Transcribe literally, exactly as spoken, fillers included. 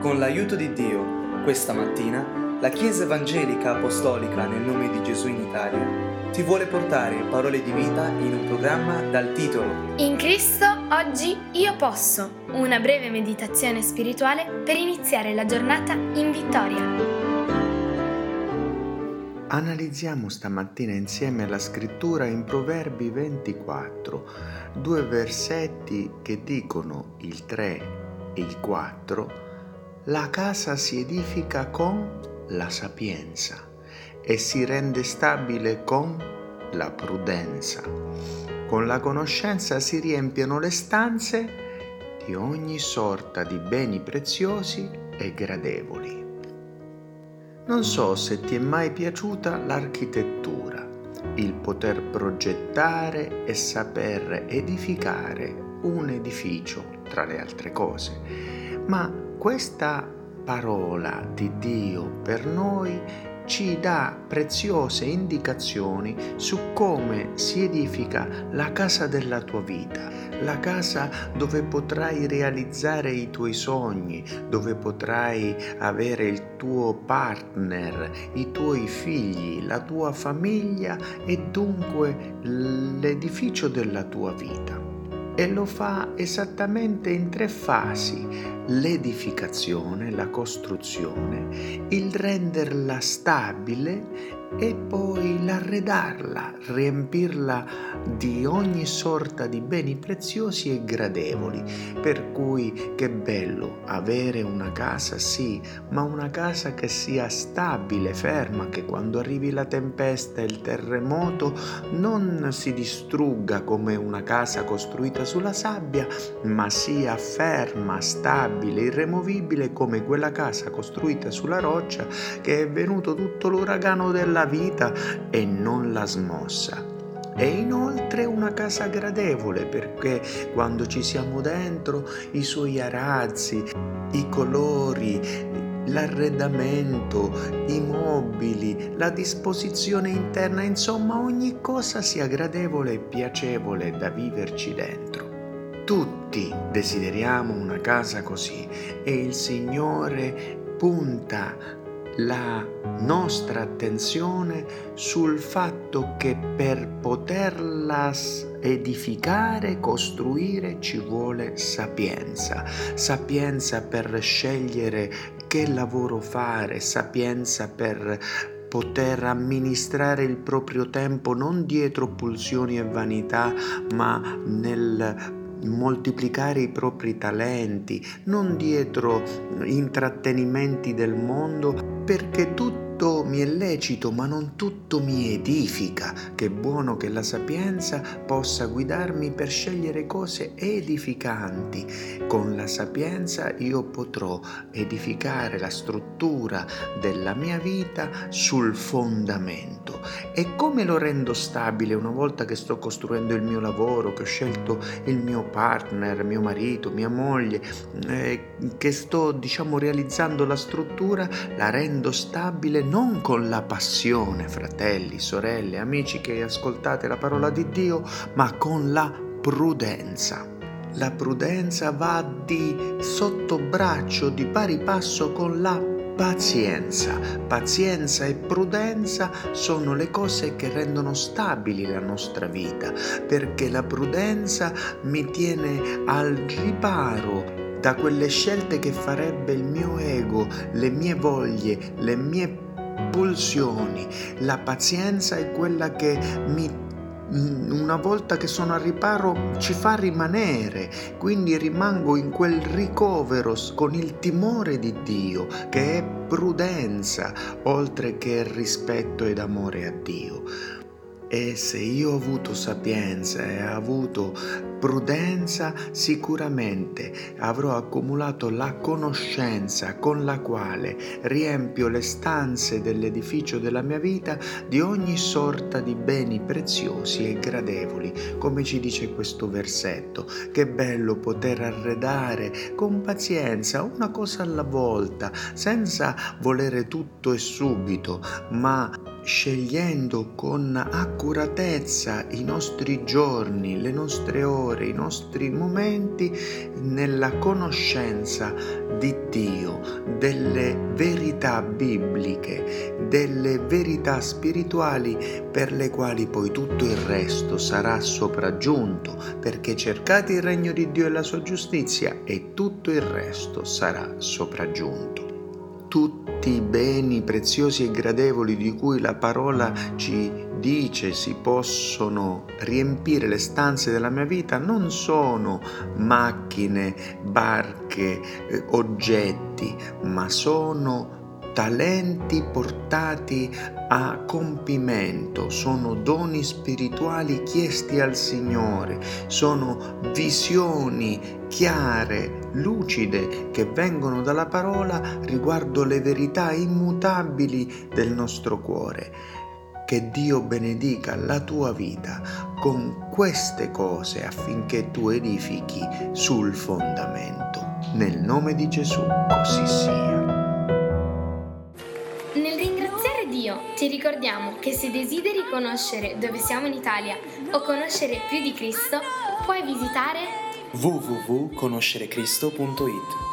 Con l'aiuto di Dio, questa mattina, la Chiesa Evangelica Apostolica nel nome di Gesù in Italia ti vuole portare parole di vita in un programma dal titolo In Cristo oggi io posso, una breve meditazione spirituale per iniziare la giornata in vittoria. Analizziamo stamattina insieme la scrittura in Proverbi ventiquattro, due versetti che dicono il tre e il quattro. La casa si edifica con la sapienza e si rende stabile con la prudenza. Con la conoscenza si riempiono le stanze di ogni sorta di beni preziosi e gradevoli. Non so se ti è mai piaciuta l'architettura, il poter progettare e saper edificare un edificio, tra le altre cose, ma questa parola di Dio per noi ci dà preziose indicazioni su come si edifica la casa della tua vita, la casa dove potrai realizzare i tuoi sogni, dove potrai avere il tuo partner, i tuoi figli, la tua famiglia e dunque l'edificio della tua vita. E lo fa esattamente in tre fasi: l'edificazione, la costruzione, il renderla stabile e poi l'arredarla, riempirla di ogni sorta di beni preziosi e gradevoli. Per cui che bello avere una casa, sì, ma una casa che sia stabile, ferma, che quando arrivi la tempesta e il terremoto non si distrugga come una casa costruita sulla sabbia, ma sia ferma, stabile, irremovibile come quella casa costruita sulla roccia che è venuto tutto l'uragano della vita e non l'ha smossa. E inoltre una casa gradevole, perché quando ci siamo dentro i suoi arazzi, i colori, l'arredamento, i mobili, la disposizione interna, insomma ogni cosa sia gradevole e piacevole da viverci dentro. Tutti desideriamo una casa così e il Signore punta la nostra attenzione sul fatto che per poterla edificare, costruire, ci vuole sapienza. Sapienza per scegliere che lavoro fare, sapienza per poter amministrare il proprio tempo non dietro pulsioni e vanità, ma nel moltiplicare i propri talenti, non dietro intrattenimenti del mondo, perché tutto mi è lecito, ma non tutto mi edifica. Che buono che la sapienza possa guidarmi per scegliere cose edificanti. Con la sapienza io potrò edificare la struttura della mia vita sul fondamento. E come lo rendo stabile una volta che sto costruendo il mio lavoro, che ho scelto il mio partner, mio marito, mia moglie, eh, che sto diciamo realizzando la struttura? La rendo stabile non con la passione, fratelli, sorelle, amici che ascoltate la parola di Dio, ma con la prudenza. La prudenza va di sottobraccio, di pari passo con la pazienza. Pazienza e prudenza sono le cose che rendono stabili la nostra vita, perché la prudenza mi tiene al riparo da quelle scelte che farebbe il mio ego, le mie voglie, le mie pulsioni. La pazienza è quella che mi una volta che sono al riparo ci fa rimanere, quindi rimango in quel ricovero con il timore di Dio, che è prudenza, oltre che rispetto ed amore a Dio. E se io ho avuto sapienza e ho avuto prudenza, sicuramente avrò accumulato la conoscenza con la quale riempio le stanze dell'edificio della mia vita di ogni sorta di beni preziosi e gradevoli, come ci dice questo versetto. Che bello poter arredare con pazienza, una cosa alla volta, senza volere tutto e subito, ma scegliendo con accuratezza i nostri giorni, le nostre ore, ore, i nostri momenti nella conoscenza di Dio, delle verità bibliche, delle verità spirituali per le quali poi tutto il resto sarà sopraggiunto, perché cercate il regno di Dio e la sua giustizia e tutto il resto sarà sopraggiunto. Tutti i beni preziosi e gradevoli di cui la parola ci dice si possono riempire le stanze della mia vita non sono macchine, barche, eh, oggetti, ma sono talenti portati a compimento, sono doni spirituali chiesti al Signore, sono visioni chiare, lucide che vengono dalla parola riguardo le verità immutabili del nostro cuore. Che Dio benedica la tua vita con queste cose affinché tu edifichi sul fondamento. Nel nome di Gesù, così sia. Nel ringraziare Dio ti ricordiamo che se desideri conoscere dove siamo in Italia o conoscere più di Cristo, puoi visitare w w w punto conoscere cristo punto i t.